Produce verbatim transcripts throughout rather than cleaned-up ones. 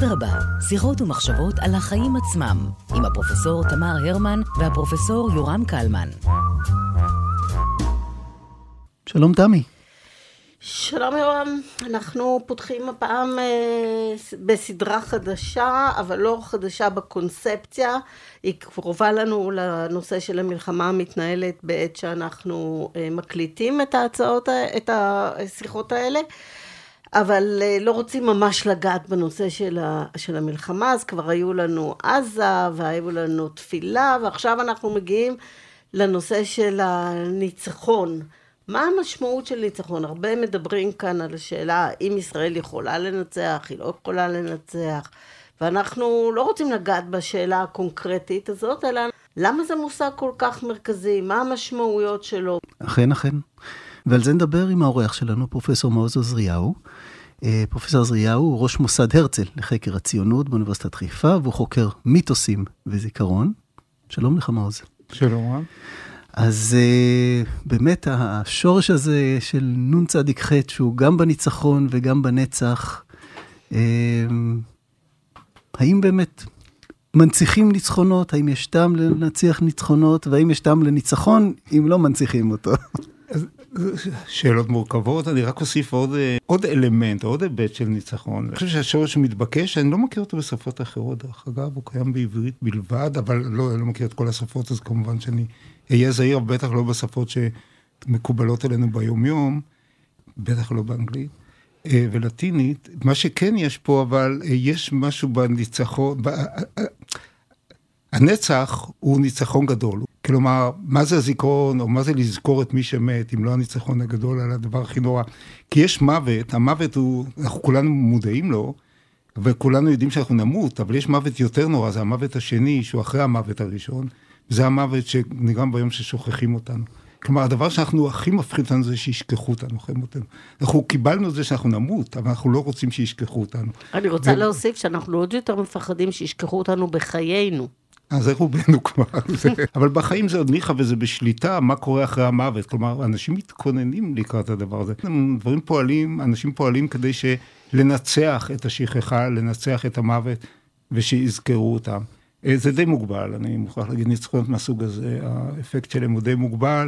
אדרבה, שיחות ומחשבות על החיים עצמם, עם הפרופסור תמר הרמן והפרופסור יורם קלמן. שלום תמי. שלום יורם, אנחנו פותחים הפעם אה, בסדרה חדשה, אבל לא חדשה בקונספציה, היא קרובה לנו לנושא של המלחמה המתנהלת בעת שאנחנו אה, מקליטים את ההצעות, את השיחות האלה, אבל אה, לא רוצים ממש לגעת בנושא של, ה, של המלחמה, אז כבר היו לנו עזה והיו לנו תפילה, ועכשיו אנחנו מגיעים לנושא של הניצחון. מה המשמעות של ניצחון? הרבה מדברים כאן על השאלה אם ישראל יכולה לנצח, היא לא יכולה לנצח, ואנחנו לא רוצים לגעת בשאלה הקונקרטית הזאת, אלא למה זה מושג כל כך מרכזי? מה המשמעויות שלו? אכן, אכן. ועל זה נדבר עם האורח שלנו, פרופסור מעוז עזריהו. פרופסור עזריהו הוא ראש מוסד הרצל לחקר הציונות באוניברסיטת חיפה, והוא חוקר מיתוסים וזיכרון. שלום לך מעוז. שלום. אז uh, באמת השורש הזה של נון צדיק חטא, שהוא גם בניצחון וגם בנצח, uh, האם באמת מנציחים ניצחונות? האם יש טעם לנציח ניצחונות? והאם יש טעם לניצחון אם לא מנציחים אותו? שאלות מורכבות, אני רק אוסיף עוד, עוד אלמנט, עוד היבט של ניצחון. אני חושב שהשורש מתבקש, אני לא מכיר אותו בשפות אחרות, דרך אגב, הוא קיים בעברית בלבד, אבל לא, אני לא מכיר את כל השפות, אז כמובן שאני אהיה זהיר, בטח לא בשפות שמקובלות עלינו ביום-יום, בטח לא באנגלית ולטינית. מה שכן יש פה, אבל יש משהו בניצחון, הנצח הוא ניצחון גדול. כלומר, מה זה הזיכרון, או מה זה לזכור את מי שמת, אם לא הניצחון הגדול על הדבר הכי נורא. כי יש מוות, המוות הוא, אנחנו כולנו מודעים לו, וכולנו יודעים שאנחנו נמות, אבל יש מוות יותר נורא, זה המוות השני, שהוא אחרי המוות הראשון, וזה המוות שנגרם ביום ששוכחים אותנו. כלומר, הדבר שאנחנו הכי מפחיד אותנו זה שישכחו אותנו, אחרי מותנו. אנחנו קיבלנו את זה שאנחנו נמות, אבל אנחנו לא רוצים שישכחו אותנו. אני רוצה ו... להוסיף שאנחנו עוד יותר מפחדים שישכחו אותנו בחיינו. אז זה רובנו כבר, אבל בחיים זה עוד ניחא וזה בשליטה, מה קורה אחרי המוות, כלומר, אנשים מתכוננים לקראת הדבר הזה. דברים פועלים, אנשים פועלים כדי לנצח את השכחה, לנצח את המוות, ושיזכרו אותם. זה די מוגבל, אני מוכרח להגיד ניצחונות מהסוג הזה, האפקט שלהם הוא די מוגבל,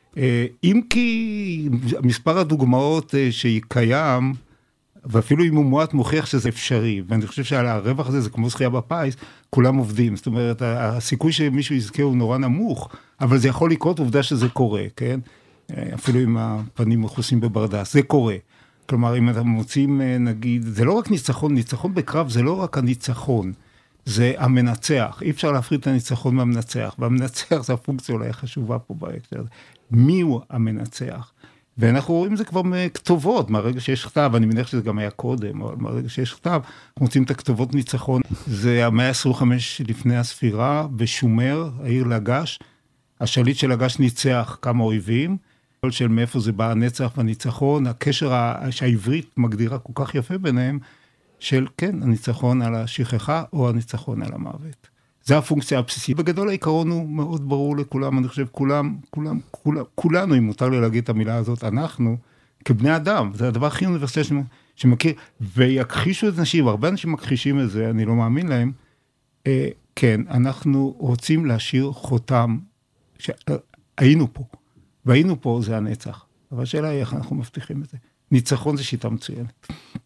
אם כי מספר הדוגמאות שקיים, ואפילו אם הוא מועט מוכיח שזה אפשרי, ואני חושב שעל הרווח הזה, זה כמו זכייה בפיס, כולם עובדים, זאת אומרת, הסיכוי שמישהו יזכה הוא נורא נמוך, אבל זה יכול לקרות, עובדה שזה קורה, כן? אפילו אם הפנים מכוסים בברדס, זה קורה. כלומר, אם אתם מוצאים, נגיד, זה לא רק ניצחון, ניצחון בקרב זה לא רק הניצחון, זה המנצח, אי אפשר להפריד את הניצחון מהמנצח, והמנצח זה הפונקציה אולי החשובה פה בהקשר. מי הוא המנצח? ואנחנו רואים זה כבר מכתובות, מהרגע שיש כתב, אני מניח שזה גם היה קודם, אבל מהרגע שיש כתב, אנחנו מוצאים את הכתובות ניצחון, זה המאה ה-עשרים וחמש לפני הספירה, בשומר, העיר לגש, השליט של לגש ניצח כמה אויבים, כל של מאיפה זה בא הנצח והניצחון, הקשר שהעברית מגדירה כל כך יפה ביניהם, של כן, הניצחון על השכחה, או הניצחון על המוות. זה הפונקציה הבסיסית. בגדול העיקרון הוא מאוד ברור לכולם, אני חושב, כולם, כולם, כולם, כולנו, אם מותר לי להגיד את המילה הזאת, אנחנו, כבני אדם, זה הדבר הכי אוניברסלי שמכיר, ויכחישו את אנשים, הרבה אנשים מכחישים את זה, אני לא מאמין להם, אה, כן, אנחנו רוצים להשאיר חותם, שהיינו פה, והיינו פה זה הנצח, אבל השאלה היא איך אנחנו מבטיחים את זה. ניצחון זה שיטה מצוינת.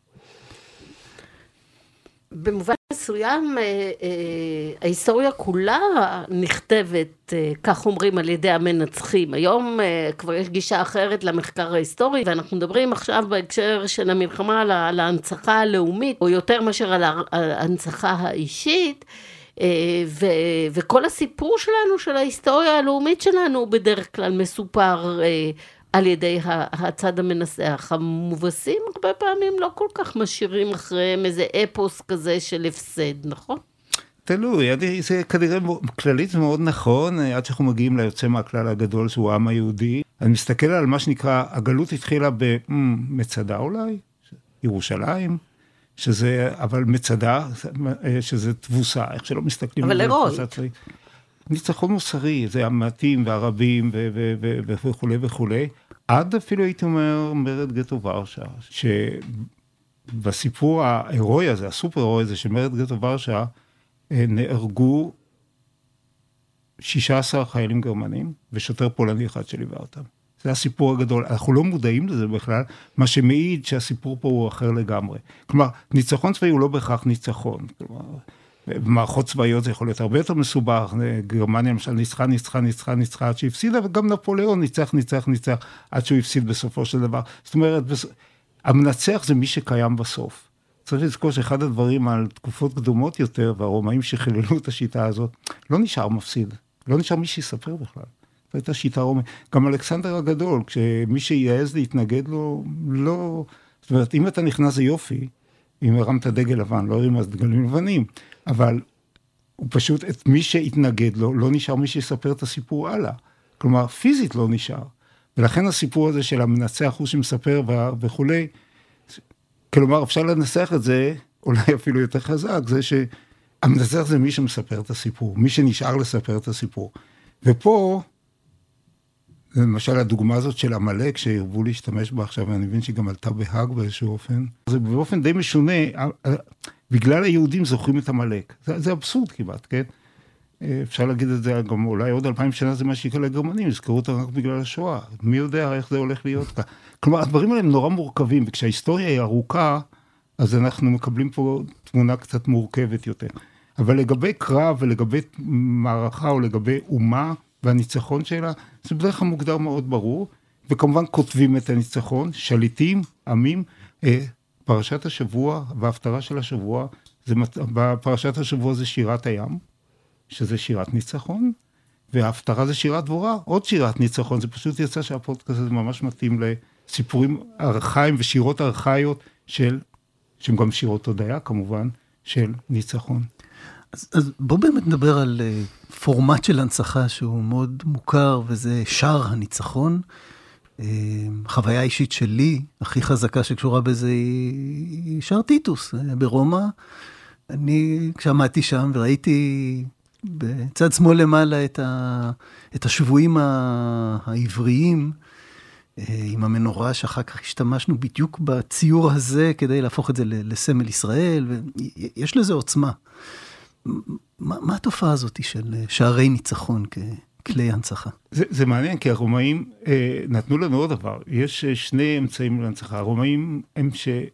במובן מסוים, ההיסטוריה כולה נכתבת, כך אומרים, על ידי המנצחים. היום כבר יש גישה אחרת למחקר ההיסטורי, ואנחנו מדברים עכשיו בהקשר של המלחמה על ההנצחה הלאומית, או יותר מאשר על ההנצחה האישית, וכל הסיפור שלנו, של ההיסטוריה הלאומית שלנו, בדרך כלל מסופר על ידי הצד המנסח. המובסים הרבה פעמים לא כל כך משאירים אחריהם איזה אפוס כזה של הפסד, נכון? תלוי, זה כנראה כללית זה מאוד נכון, עד שאנחנו מגיעים ליוצא מהכלל הגדול שהוא העם היהודי. אני מסתכל על מה שנקרא, הגלות התחילה במצדה אולי, ירושלים, שזה, אבל מצדה, שזה תבוסה, איך שלא מסתכלים. אבל לראות. ניצחון מוסרי, זה המעטים והרבים וכו' וכו'. עד אפילו הייתי אומר, מרד גטו ורשה, בסיפור ההירואי הזה, הסופר הירואי הזה, שמרד גטו ורשה, נהרגו שישה עשר חיילים גרמנים, ושוטר פולני אחד שליווה אותם. זה הסיפור הגדול. אנחנו לא מודעים לזה בכלל, מה שמעיד שהסיפור פה הוא אחר לגמרי. כלומר, ניצחון צבאי הוא לא בהכרח ניצחון. כלומר, במערכות צבאיות זה יכול להיות הרבה יותר מסובך. גרמניה למשל ניצחה, ניצחה, ניצחה, ניצחה, עד שהפסידה, וגם נפוליאון ניצח, ניצח, ניצח, עד שהוא הפסיד בסופו של דבר. זאת אומרת, המנצח זה מי שקיים בסוף. צריך לזכור שאחד הדברים על תקופות קדומות יותר, והרומאים שחיללו את השיטה הזאת, לא נשאר מפסיד. לא נשאר מי שיספר בכלל. זו הייתה שיטה רומית. גם אלכסנדר הגדול, כשמי שיעז להתנגד לו, לא... זאת אומרת, אם אתה נכנס זה יופי, אם הרמת דגל לבן, לא הרים אז דגלים לבנים, אבל הוא פשוט, את מי שהתנגד לו, לא נשאר מי שיספר את הסיפור הלאה. כלומר, פיזית לא נשאר. ולכן הסיפור הזה של המנצח הוא שמספר וכולי, כלומר, אפשר לנסח את זה, אולי אפילו יותר חזק, זה שהמנצח זה מי שמספר את הסיפור, מי שנשאר לספר את הסיפור. ופה, למשל, הדוגמה הזאת של עמלק, שהרבו להשתמש בה עכשיו, ואני מבין שהיא גם עלתה בהאג באיזשהו אופן, זה באופן די משונה, בגלל היהודים זוכרים את עמלק. זה, זה אבסורד כמעט, כן? אפשר להגיד את זה, גם אולי עוד אלפיים שנה זה מה שיקרה לגרמנים, יזכרו אותם רק בגלל השואה. מי יודע איך זה הולך להיות כאן? כלומר, הדברים האלה הם נורא מורכבים, וכשההיסטוריה היא ארוכה, אז אנחנו מקבלים פה תמונה קצת מורכבת יותר. אבל לגבי קרב ולגבי מערכה או לגבי אומה והניצחון שלה, זה בדרך כלל מוגדר מאוד ברור, וכמובן כותבים את הניצחון, שליטים, עמים, פרשת השבוע וההפטרה של השבוע, זה, בפרשת השבוע זה שירת הים, שזה שירת ניצחון, וההפטרה זה שירת דבורה, עוד שירת ניצחון, זה פשוט יצא שהפודקאסט הזה ממש מתאים לסיפורים ארכאיים ושירות ארכאיות של, שהן גם שירות הודיה כמובן, של ניצחון. אז, אז בוא באמת נדבר על uh, פורמט של הנצחה שהוא מאוד מוכר, וזה שער הניצחון. Uh, חוויה אישית שלי, הכי חזקה שקשורה בזה היא שער טיטוס, uh, ברומא. אני כשעמדתי שם וראיתי בצד שמאל למעלה את, ה, את השבויים העבריים, עם המנורה שאחר כך השתמשנו בדיוק בציור הזה, כדי להפוך את זה לסמל ישראל, ויש לזה עוצמה. מה, מה התופעה הזאת של שערי ניצחון ככלי הנצחה? זה, זה מעניין, כי הרומאים אה, נתנו לנו עוד דבר. יש שני אמצעים להנצחה. הרומאים הם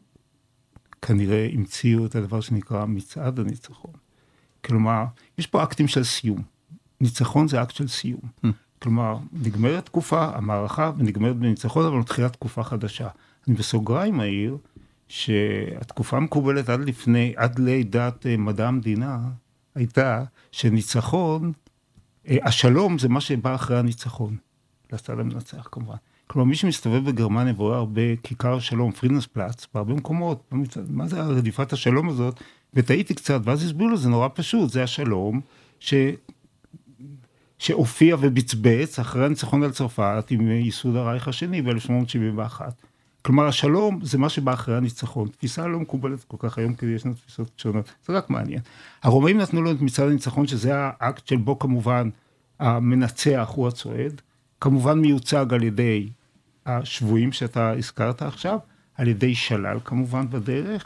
שכנראה המציאו את הדבר שנקרא מצעד הניצחון. כלומר, יש פה אקטים של סיום. ניצחון זה אקט של סיום. Hmm. כלומר, נגמרת תקופה, המערכה, ונגמרת בניצחון, אבל מתחילה תקופה חדשה. אני בסוגריים העיר, שהתקופה המקובלת עד לפני, עד לידת מדע המדינה, הייתה שניצחון, השלום זה מה שבא אחרי הניצחון, לצד המנצח כמובן. כלומר, מי שמסתובב בגרמניה ורואה הרבה כיכר שלום, פרידנספלץ, בהרבה מקומות, מה זה רדיפת השלום הזאת? וטעיתי קצת, ואז הסבירו לו, זה נורא פשוט, זה השלום ש... שהופיע ובצבץ אחרי הניצחון על צרפת עם ייסוד הרייך השני ב-אלף שמונה מאות שבעים ואחת. כלומר, השלום זה מה שבא אחרי הניצחון. תפיסה לא מקובלת כל כך היום, כי יש לנו תפיסות שונות. זה רק מעניין. הרומאים נתנו לו את מצעד הניצחון, שזה האקט של בו כמובן המנצח הוא הצועד, כמובן מיוצג על ידי השבויים שאתה הזכרת עכשיו, על ידי שלל כמובן בדרך,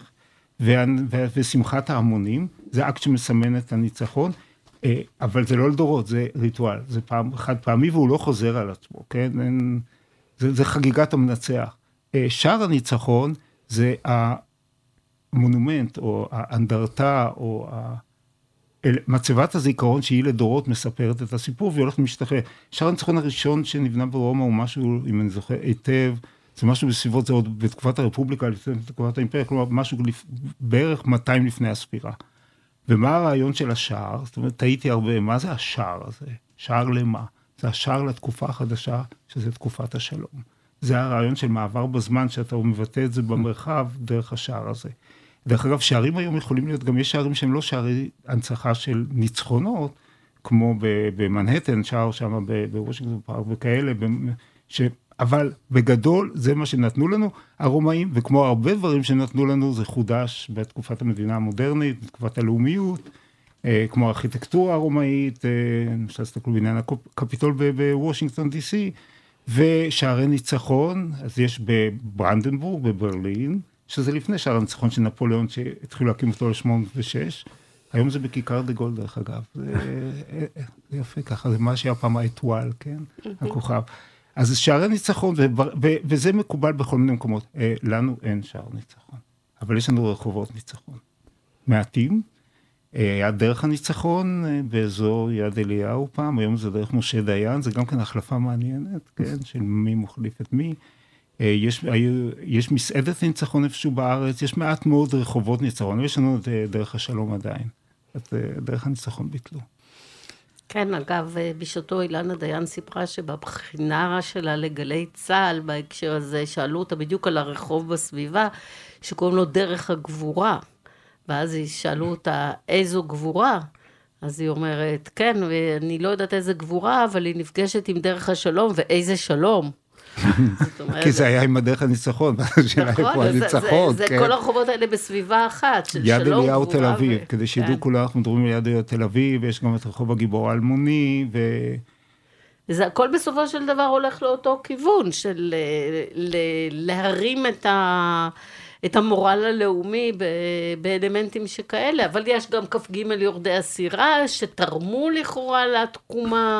ושמחת ההמונים, זה אקט שמסמן את הניצחון, אבל זה לא לדורות, זה ריטואל, זה פעם, חד פעמי והוא לא חוזר על עצמו, כן? אין, זה, זה חגיגת המנצח. שער הניצחון זה המונומנט או האנדרטה או מצבת הזיכרון שהיא לדורות מספרת את הסיפור והיא הולכת ומשתחרר. שער הניצחון הראשון שנבנה ברומא הוא משהו, אם אני זוכר היטב, זה משהו בסביבות, זה עוד בתקופת הרפובליקה, לפני תקופת האימפריה, כלומר משהו לפ... בערך מאתיים לפני הספירה. ומה הרעיון של השער? זאת אומרת, טעיתי הרבה, מה זה השער הזה? שער למה? זה השער לתקופה החדשה, שזה תקופת השלום. זה הרעיון של מעבר בזמן, שאתה מבטא את זה במרחב דרך השער הזה. דרך אגב, שערים היום יכולים להיות, גם יש שערים שהם לא שערי הנצחה של ניצחונות, כמו במנהטן, שער שם בוושינגטון פארק וכאלה, ש... אבל בגדול זה מה שנתנו לנו הרומאים, וכמו הרבה דברים שנתנו לנו, זה חודש בתקופת המדינה המודרנית, בתקופת הלאומיות, כמו הארכיטקטורה הרומאית, למשל תסתכלו בעניין הקפיטול בוושינגטון די סי, ושערי ניצחון, אז יש בברנדנבורג, בברלין, שזה לפני שער הניצחון של נפוליאון, שהתחילו להקים אותו ל-שמונה מאות ושש, היום זה בכיכר דה גול, דרך אגב. זה, זה יפה ככה, זה מה שהיה פעם האטואל, כן? הכוכב. אז שערי ניצחון, ו- ו- וזה מקובל בכל מיני מקומות. לנו אין שער ניצחון, אבל יש לנו רחובות ניצחון. מעטים, היה דרך הניצחון באזור יד אליהו פעם, היום זה דרך משה דיין, זה גם כן החלפה מעניינת, כן? של מי מוחליף את מי. יש, יש מסעדת ניצחון איפשהו בארץ, יש מעט מאוד רחובות ניצחון, יש לנו את דרך השלום עדיין. את דרך הניצחון ביטלו. כן, אגב, בשעתו אילנה דיין סיפרה שבבחינה שלה לגלי צה"ל, בהקשר הזה, שאלו אותה בדיוק על הרחוב בסביבה, שקוראים לו דרך הגבורה. ואז שאלו אותה, איזו גבורה? אז היא אומרת, כן, ואני לא יודעת איזה גבורה, אבל היא נפגשת עם דרך השלום, ואיזה שלום. כי זה היה עם הדרך הניצחון, השאלה איפה הניצחון. זה כל הרחובות האלה בסביבה אחת, של יד שלום אליהו גבורה. תל אביב, כדי שידעו כולם, אנחנו מדברים על יד אליהו תל אביב, ויש גם את רחוב הגיבור האלמוני, ו... זה הכל בסופו של דבר הולך לאותו כיוון, של להרים את ה... את המורל הלאומי באלמנטים שכאלה, אבל יש גם כף ג' יורדי הסירה, שתרמו לכאורה לתקומה,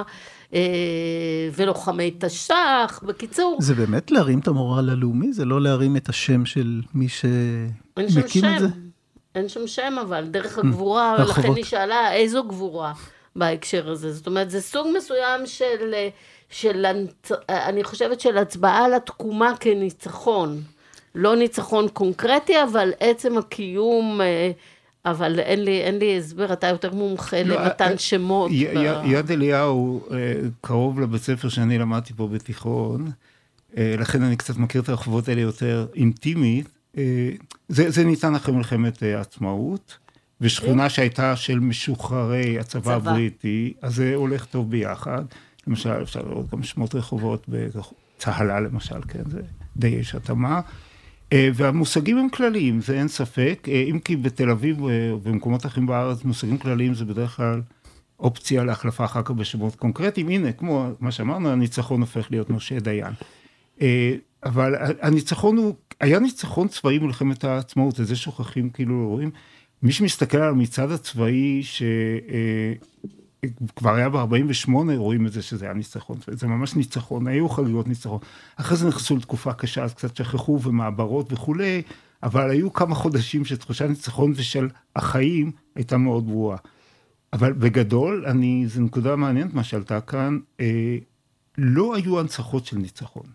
ולוחמי תש"ח, בקיצור. זה באמת להרים את המורל הלאומי? זה לא להרים את השם של מי שמקים את זה? אין שם שם, אבל דרך הגבורה, ולכן היא שאלה איזו גבורה בהקשר הזה. זאת אומרת, זה סוג מסוים של, של אני חושבת של הצבעה לתקומה כניצחון. לא ניצחון קונקרטי, אבל עצם הקיום, אבל אין לי, אין לי הסבר, אתה יותר מומחה למתן שמות. יד אליהו קרוב לבית ספר שאני למדתי פה בתיכון, לכן אני קצת מכיר את הרחובות האלה יותר אינטימית. זה, זה ניתן אחרי מלחמת העצמאות, ושכונה שהייתה של משוחררי הצבא הבריטי, אז זה הולך טוב ביחד. למשל, אפשר לראות גם שמות רחובות בצהלה למשל, כן, זה די יש התאמה. והמושגים הם כלליים, זה אין ספק, אם כי בתל אביב ובמקומות אחרים בארץ, מושגים כלליים זה בדרך כלל אופציה להחלפה אחר כך בשמות קונקרטיים, הנה, כמו מה שאמרנו, הניצחון הופך להיות משה דיין. אבל הניצחון הוא, היה ניצחון צבאי מלחמת העצמאות, את זה שוכחים כאילו רואים, מי שמסתכל על המצעד הצבאי ש... כבר היה ב-ארבעים ושמונה, רואים את זה שזה היה ניצחון, זה ממש ניצחון, היו חגיגות ניצחון. אחרי זה נכנסו לתקופה קשה, אז קצת שכחו ומעברות וכולי, אבל היו כמה חודשים שתחושת ניצחון ושל החיים הייתה מאוד ברורה. אבל בגדול, אני, זו נקודה מעניינת מה שעלתה כאן, אה, לא היו הנצחות של ניצחון.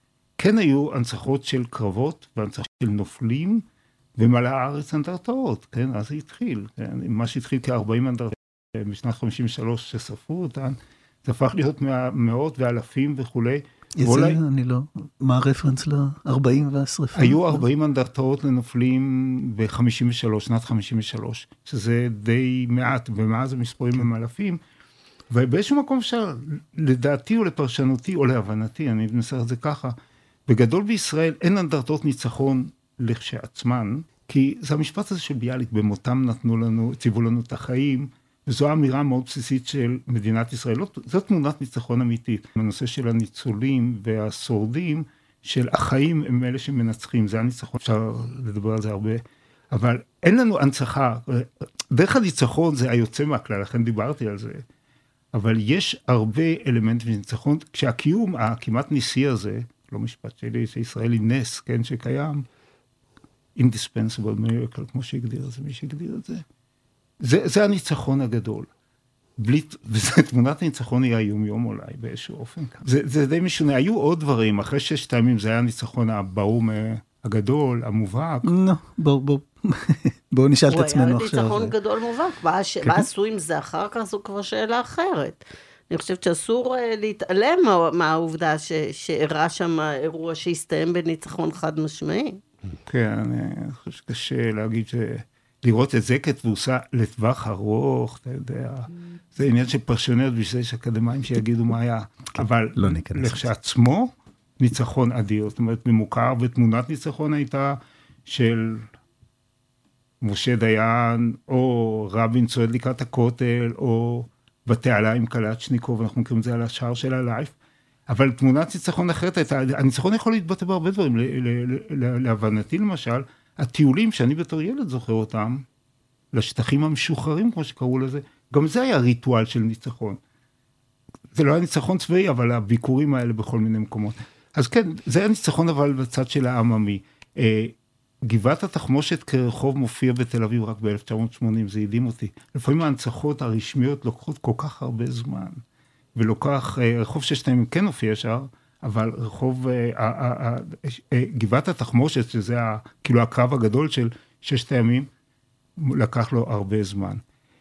כן היו הנצחות של קרבות והנצחות של נופלים, ומלא הארץ אנדרטאות, כן? אז זה התחיל, כן? מה שהתחיל כ-ארבעים אנדרטאות, בשנת חמישים ושלוש שספרו אותן, זה הפך להיות מאות ואלפים וכולי. איזה, אני לא, מה הרפרנס ל-ארבעים והשריפה? היו ארבעים אנדרטאות לנופלים ב-חמישים ושלוש, שנת חמישים ושלוש, שזה די מעט, ומאז המספרים הם אלפים, ובאיזשהו מקום אפשר, לדעתי או לפרשנותי או להבנתי, אני מנסה את זה ככה, בגדול בישראל אין אנדרטאות ניצחון לכשעצמן, כי זה המשפט הזה של ביאליק, במותם נתנו לנו, ציוו לנו את החיים, וזו אמירה מאוד בסיסית של מדינת ישראל. זו תמונת ניצחון אמיתית. הנושא של הניצולים והשורדים, של החיים הם אלה שמנצחים. זה הניצחון, אפשר לדבר על זה הרבה. אבל אין לנו הנצחה. דרך הניצחון זה היוצא מהכלל, לכן דיברתי על זה. אבל יש הרבה אלמנטים של ניצחון. כשהקיום, הכמעט ניסי הזה, לא משפט שלי, שישראל היא נס, כן, שקיים, indispensable miracle, כמו שהגדיר את זה, מי שהגדיר את זה. זה, זה הניצחון הגדול. בלי, וזה תמונת הניצחון היא היומיום אולי באיזשהו אופן. זה, זה די משונה. היו עוד דברים, אחרי שש טעמים זה היה הניצחון הברור הגדול, המובהק. לא, בואו בוא, בוא נשאל את עצמנו עכשיו. הוא היה ניצחון גדול מובהק. מה, ש... כן? מה עשו עם זה אחר כך זו כבר שאלה אחרת. אני חושבת שאסור להתעלם מה, מהעובדה ש... שאירע שם אירוע שהסתיים בניצחון חד משמעי. כן, אני חושב שקשה להגיד ש... לראות את זה כתבוסה לטווח ארוך, אתה יודע, זה עניין של פרשניות בשביל יש אקדמיים שיגידו מה היה, אבל לכשעצמו ניצחון אדיר, זאת אומרת ממוכר, ותמונת ניצחון הייתה של משה דיין, או רבין צועד לקראת הכותל, או בתעלה עם קלצ'ניקוב, אנחנו מכירים את זה על השער של הלייף, אבל תמונת ניצחון אחרת הייתה, הניצחון יכול להתבטא בהרבה דברים, להבנתי למשל, הטיולים שאני בתור ילד זוכר אותם, לשטחים המשוחררים, כמו שקראו לזה, גם זה היה ריטואל של ניצחון. זה לא היה ניצחון צבאי, אבל הביקורים האלה בכל מיני מקומות. אז כן, זה היה ניצחון אבל בצד של העממי. גבעת התחמושת כרחוב מופיע בתל אביב רק ב-אלף תשע מאות שמונים, זה ידעים אותי. לפעמים ההנצחות הרשמיות לוקחות כל כך הרבה זמן, ולוקח, רחוב ששת הימים כן הופיע שער, אבל רחוב, גבעת התחמושת, שזה כאילו הקרב הגדול של ששת הימים, לקח לו הרבה זמן.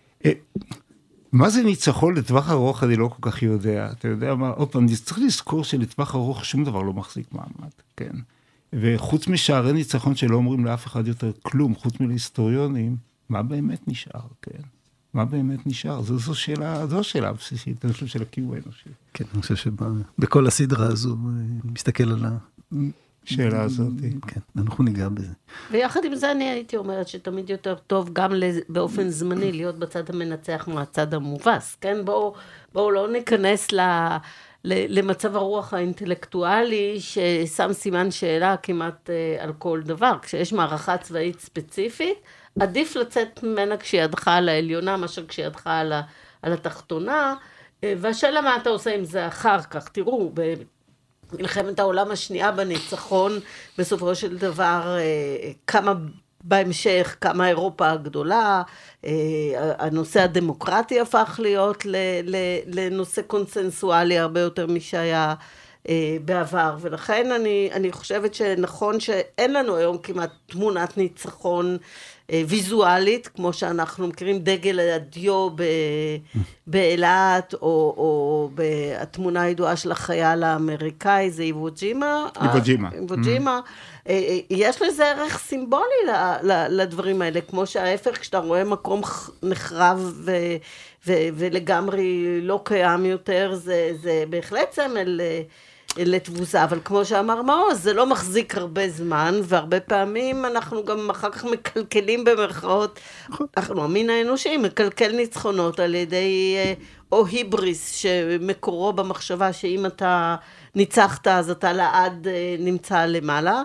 מה זה ניצחון לטווח ארוך, אני לא כל כך יודע. אתה יודע מה, עוד פעם, צריך לזכור שלטווח ארוך שום דבר לא מחזיק מעמד, כן? וחוץ משערי ניצחון שלא אומרים לאף אחד יותר כלום, חוץ מלהיסטוריונים, מה באמת נשאר, כן? מה באמת נשאר? זו, זו שאלה, זו שאלה הבסיסית, אני חושב של הקיום האנושי. כן, אני חושב שבכל הסדרה הזו, מסתכל על ה... שאלה הזאת. כן, אנחנו ניגע בזה. ויחד עם זה אני הייתי אומרת שתמיד יותר טוב גם באופן זמני להיות בצד המנצח מהצד המובס, כן? בואו, בואו לא ניכנס ל... למצב הרוח האינטלקטואלי ששם סימן שאלה כמעט על כל דבר. כשיש מערכה צבאית ספציפית, עדיף לצאת ממנה כשידך על העליונה, מאשר כשידך על, ה, על התחתונה, והשאלה מה אתה עושה עם זה אחר כך. תראו, במלחמת העולם השנייה בניצחון, בסופו של דבר, כמה בהמשך, כמה אירופה הגדולה, הנושא הדמוקרטי הפך להיות לנושא קונסנסואלי הרבה יותר משהיה בעבר, ולכן אני, אני חושבת שנכון שאין לנו היום כמעט תמונת ניצחון ויזואלית, כמו שאנחנו מכירים דגל הדיו באילת, או, או בתמונה הידועה של החייל האמריקאי, זה איוו ג'ימה. איוו ג'ימה. איוו ג'ימה. יש לזה ערך סימבולי לדברים האלה, כמו שההפך, כשאתה רואה מקום נחרב ו, ו, ולגמרי לא קיים יותר, זה, זה בהחלט סמל לתבוסה, אבל כמו שאמר מעוז, זה לא מחזיק הרבה זמן, והרבה פעמים אנחנו גם אחר כך מקלקלים במרכאות, אנחנו המין האנושי, מקלקל ניצחונות על ידי או היבריס, שמקורו במחשבה שאם אתה ניצחת, אז אתה לעד נמצא למעלה,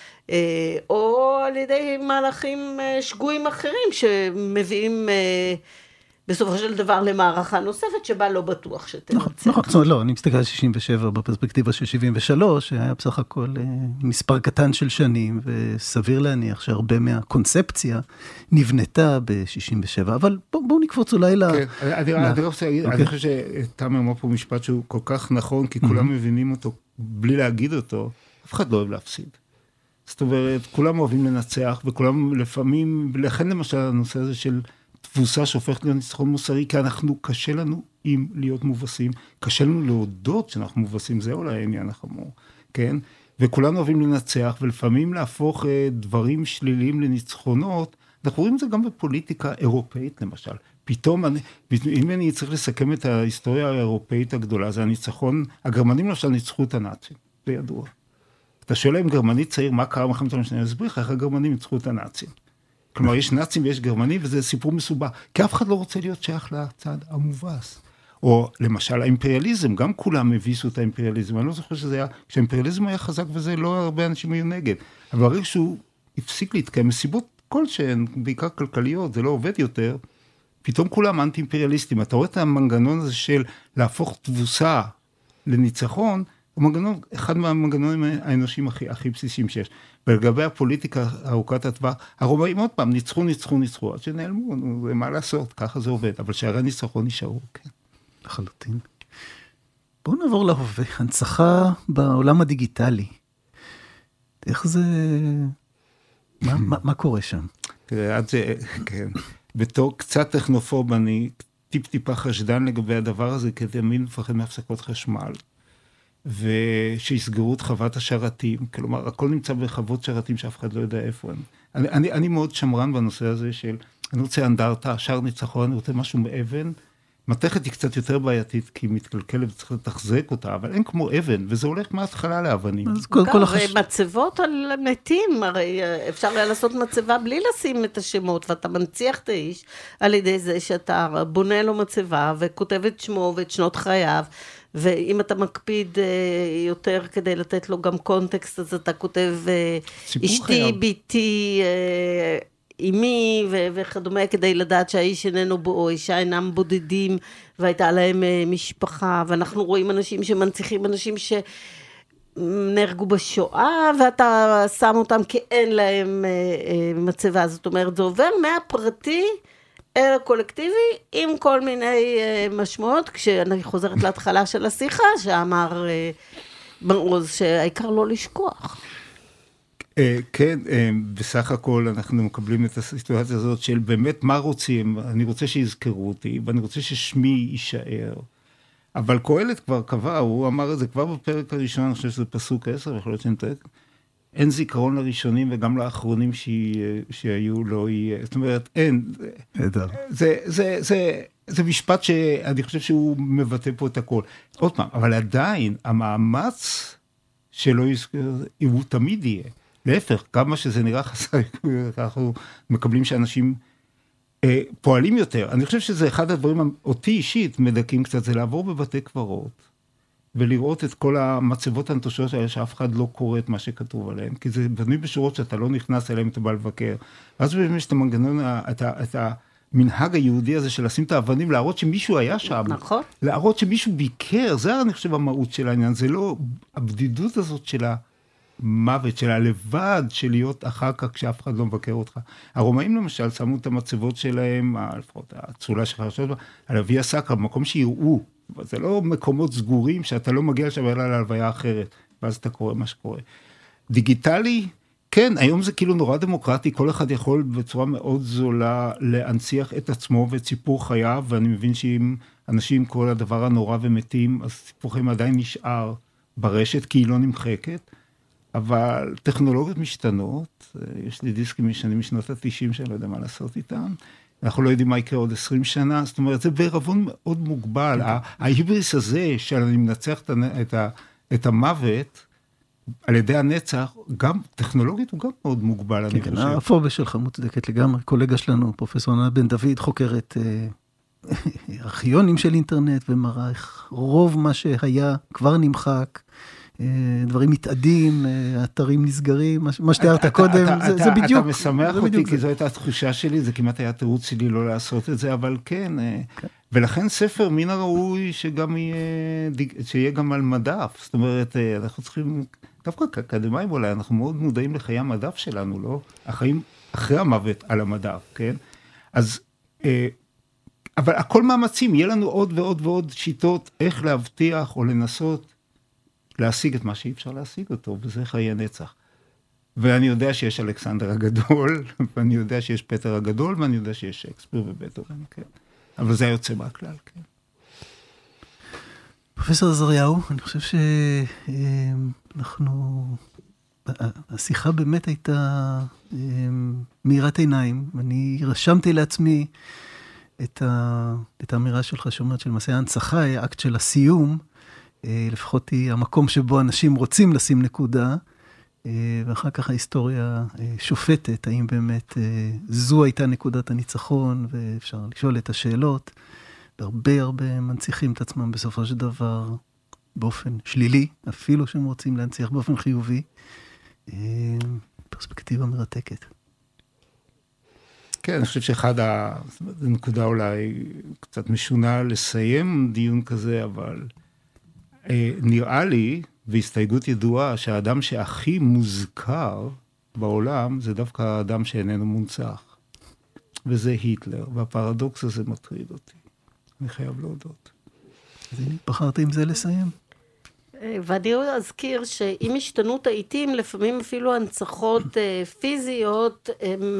או על ידי מהלכים שגויים אחרים, שמביאים בסופו של דבר למערכה נוספת, שבה לא בטוח שתנצח. נכון, נכון, לא, אני מסתכל על שישים ושבע בפרספקטיבה של שבעים ושלוש, שהיה בסך הכל מספר קטן של שנים, וסביר להניח שהרבה מהקונספציה נבנתה ב-שישים ושבע, אבל בואו נקפוץ אולי ל... כן, אני חושב שתמר אמר פה משפט שהוא כל כך נכון, כי כולם מבינים אותו בלי להגיד אותו, אף אחד לא אוהב להפסיד. זאת אומרת, כולם אוהבים לנצח, וכולם לפעמים, לכן למשל הנושא הזה של תבוסה שהופכת להיות ניצחון מוסרי, כי אנחנו, קשה לנו עם להיות מובסים, קשה לנו להודות שאנחנו מובסים, זה אולי העניין החמור, כן? וכולנו אוהבים לנצח, ולפעמים להפוך דברים שליליים לניצחונות, אנחנו רואים את זה גם בפוליטיקה אירופאית למשל. פתאום, אני, אם אני צריך לסכם את ההיסטוריה האירופאית הגדולה, זה הניצחון, הגרמנים למשל ניצחו את הנאצים, זה ידוע. אתה שואל אם גרמני צעיר, מה קרה מלחמת העולם השנייה? אני אסביר לך איך הגרמנים ניצחו את הנאצים. כלומר, יש נאצים ויש גרמנים, וזה סיפור מסובך, כי אף אחד לא רוצה להיות שייך לצד המובס. או למשל, האימפריאליזם, גם כולם הביסו את האימפריאליזם, אני לא זוכר שזה היה, כשהאימפריאליזם היה חזק וזה, לא הרבה אנשים היו נגד, אבל הרגע שהוא הפסיק להתקיים, מסיבות כלשהן, בעיקר כלכליות, זה לא עובד יותר, פתאום כולם אנטי-אימפריאליסטים, אתה רואה את המנגנון הזה של להפוך תבוסה לניצחון, הוא מנגנון, אחד מהמנגנונים האנושיים הכי, הכי בסיסיים שיש. ולגבי הפוליטיקה ארוכת הטווח, הרומאים עוד פעם, ניצחו, ניצחו, ניצחו, עד שנעלמו, מה לעשות, ככה זה עובד, אבל שערי ניצחון נשארו, כן. לחלוטין. בואו נעבור להווה, הנצחה בעולם הדיגיטלי. איך זה, מה, מה, מה קורה שם? תראה, עד זה, כן, בתור קצת טכנופוב, אני טיפ טיפה חשדן לגבי הדבר הזה, כדי מין מפחד מהפסקות חשמל. ושיסגרו את חוות השרתים, כלומר, הכל נמצא בחוות שרתים שאף אחד לא יודע איפה הם. אני, אני, אני מאוד שמרן בנושא הזה של, אני רוצה אנדרטה, שער ניצחון, אני רוצה משהו מאבן, מתכת היא קצת יותר בעייתית, כי היא מתקלקלת וצריך לתחזק אותה, אבל אין כמו אבן, וזה הולך מההתחלה לאבנים. אז כל, כל החש... מצבות על מתים, הרי אפשר היה לעשות מצבה בלי לשים את השמות, ואתה מנציח את האיש, על ידי זה שאתה בונה לו מצבה, וכותב את שמו ואת שנות חייו, ואם אתה מקפיד יותר כדי לתת לו גם קונטקסט, אז אתה כותב אשתי, ביתי, אימי וכדומה, כדי לדעת שהאיש איננו בו, או אישה אינם בודדים, והייתה להם משפחה, ואנחנו רואים אנשים שמנציחים אנשים ש... נהרגו בשואה, ואתה שם אותם כי אין להם מצבה. זאת אומרת, זה עובר מהפרטי אל הקולקטיבי, עם כל מיני משמעות, כשאני חוזרת להתחלה של השיחה, שאמר מעוז שהעיקר לא לשכוח. כן, בסך הכל אנחנו מקבלים את הסיטואציה הזאת של באמת מה רוצים, אני רוצה שיזכרו אותי, ואני רוצה ששמי יישאר. אבל קהלת כבר קבע, הוא אמר את זה כבר בפרק הראשון, אני חושב שזה פסוק עשר, יכול להיות שנתק, אין זיכרון לראשונים וגם לאחרונים שהיו לא יהיה. זאת אומרת, אין. זה, זה, זה, זה משפט שאני חושב שהוא מבטא פה את הכל. עוד פעם, אבל עדיין, המאמץ שלא יזכר, הוא תמיד יהיה. להפך, כמה שזה נראה חסר, אנחנו מקבלים שאנשים פועלים יותר. אני חושב שזה אחד הדברים, אותי אישית מדקים קצת, זה לעבור בבתי קברות, ולראות את כל המצבות הנטושות האלה, שאף אחד לא קורא את מה שכתוב עליהם, כי זה בנוי בשורות שאתה לא נכנס אליהם, אתה בא לבקר. אז באמת יש את המנגנון, את, ה, את המנהג היהודי הזה, של לשים את האבנים, להראות שמישהו היה שם. נכון. להראות שמישהו ביקר, זה אני חושב המהות של העניין, זה לא הבדידות הזאת של המוות, של הלבד, של להיות אחר כך כשאף אחד לא מבקר אותך. הרומאים למשל שמו את המצבות שלהם, לפחות הצולה שלך, על אבי הסקרא, במקום שיראו, זה לא מקומות סגורים שאתה לא מגיע לשם אלא להלוויה אחרת, ואז אתה קורא מה שקורה. דיגיטלי, כן, היום זה כאילו נורא דמוקרטי, כל אחד יכול בצורה מאוד זולה להנציח את עצמו ואת סיפור חייו, ואני מבין שאם אנשים כל הדבר הנורא ומתים, אז סיפור חיים עדיין נשאר ברשת, כי היא לא נמחקת, אבל טכנולוגיות משתנות, יש לי דיסקים משנים משנות ה-תשעים שאני לא יודע מה לעשות איתם, אנחנו לא יודעים מה יקרה עוד עשרים שנה, זאת אומרת, זה בערבון מאוד מוגבל. ההיבריס הזה, שאני מנצח את, ה, את המוות, על ידי הנצח, גם טכנולוגית הוא גם מאוד מוגבל, אני חושב. הפוביה שלך מוצדקת לגמרי. קולגה שלנו, פרופסור ענת בן דוד, חוקרת ארכיונים של אינטרנט, ומראה איך רוב מה שהיה כבר נמחק, דברים מתאדים, אתרים נסגרים, מה שתיארת קודם, זה בדיוק. אתה משמח אותי, כי זו הייתה התחושה שלי, זה כמעט היה תירוץ שלי לא לעשות את זה, אבל כן, ולכן ספר מן הראוי שגם יהיה, שיהיה גם על מדף, זאת אומרת, אנחנו צריכים, דווקא כאקדמיים אולי, אנחנו מאוד מודעים לחיי המדף שלנו, לא? החיים אחרי המוות על המדף, כן? אז, אבל הכל מאמצים, יהיה לנו עוד ועוד ועוד שיטות, איך להבטיח או לנסות, להשיג את מה שאי אפשר להשיג אותו, וזה חיי נצח. ואני יודע שיש אלכסנדר הגדול, ואני יודע שיש פטר הגדול, ואני יודע שיש שייקספיר ובטהובן, כן. אבל זה יוצא מהכלל, כן. פרופסור עזריהו, אני חושב שאנחנו, השיחה באמת הייתה מאירת עיניים, ואני רשמתי לעצמי את האמירה שלך שאומרת של מסע ההנצחה, האקט של הסיום, לפחות היא המקום שבו אנשים רוצים לשים נקודה, ואחר כך ההיסטוריה שופטת, האם באמת זו הייתה נקודת הניצחון, ואפשר לשאול את השאלות, והרבה הרבה מנציחים את עצמם בסופו של דבר באופן שלילי, אפילו שהם רוצים להנציח באופן חיובי, פרספקטיבה מרתקת. כן, אני חושב שאחד הנקודה אולי קצת משונה לסיים דיון כזה, אבל נראה לי, והסתייגות ידועה, שהאדם שהכי מוזכר בעולם, זה דווקא האדם שאיננו מונצח. וזה היטלר, והפרדוקס הזה מטריד אותי. אני חייב להודות. אז הנה, בחרתי עם זה לסיים. ואני אזכיר שעם השתנות העיתים, לפעמים אפילו הנצחות פיזיות, הן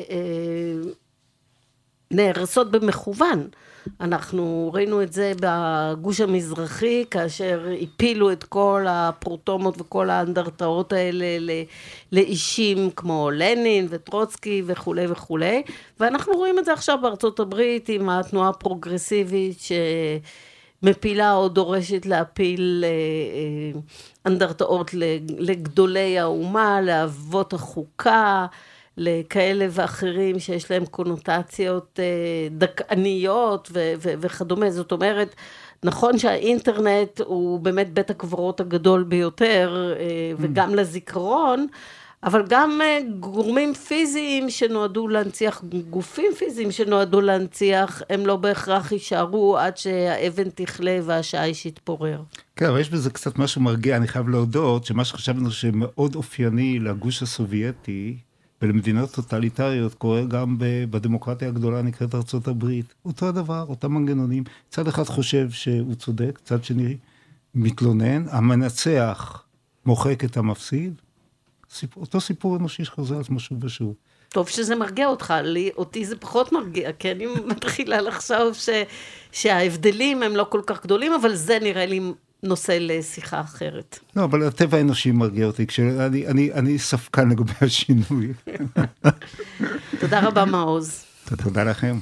נהרסות במכוון. אנחנו ראינו את זה בגוש המזרחי, כאשר הפילו את כל הפרוטומות וכל האנדרטאות האלה לאישים כמו לנין וטרוצקי וכו' וכו'. ואנחנו רואים את זה עכשיו בארצות הברית עם התנועה הפרוגרסיבית שמפילה או דורשת להפיל אנדרטאות לגדולי האומה, לאבות החוקה, לכאלה ואחרים שיש להם קונוטציות דכאניות ו- ו- וכדומה. זאת אומרת, נכון שהאינטרנט הוא באמת בית הקברות הגדול ביותר, וגם לזיכרון, אבל גם גורמים פיזיים שנועדו להנציח, גופים פיזיים שנועדו להנציח, הם לא בהכרח יישארו עד שהאבן תכלה והשייש יתפורר. כן, אבל יש בזה קצת משהו מרגיע, אני חייב להודות, שמה שחשבנו שמאוד אופייני לגוש הסובייטי, ולמדינות טוטליטריות קורה גם בדמוקרטיה הגדולה נקראת ארצות הברית. אותו הדבר, אותם מנגנונים. צד אחד חושב שהוא צודק, צד שני מתלונן, המנצח מוחק את המפסיד. אותו סיפור אנושי שחוזר על עצמו שוב ושוב. טוב שזה מרגיע אותך, לי, אותי זה פחות מרגיע, כי אני מתחילה לחשוב ש, שההבדלים הם לא כל כך גדולים, אבל זה נראה לי נושא לשיחה אחרת. לא, אבל הטבע האנושי מרגיע אותי, כשאני אני, אני ספקן לגבי השינוי. תודה רבה מעוז. תודה, תודה לכם.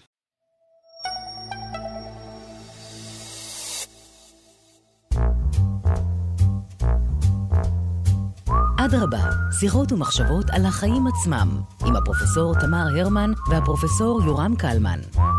אדרבה, שיחות ומחשבות על החיים עצמם, עם הפרופסור תמר הרמן והפרופסור יורם קלמן.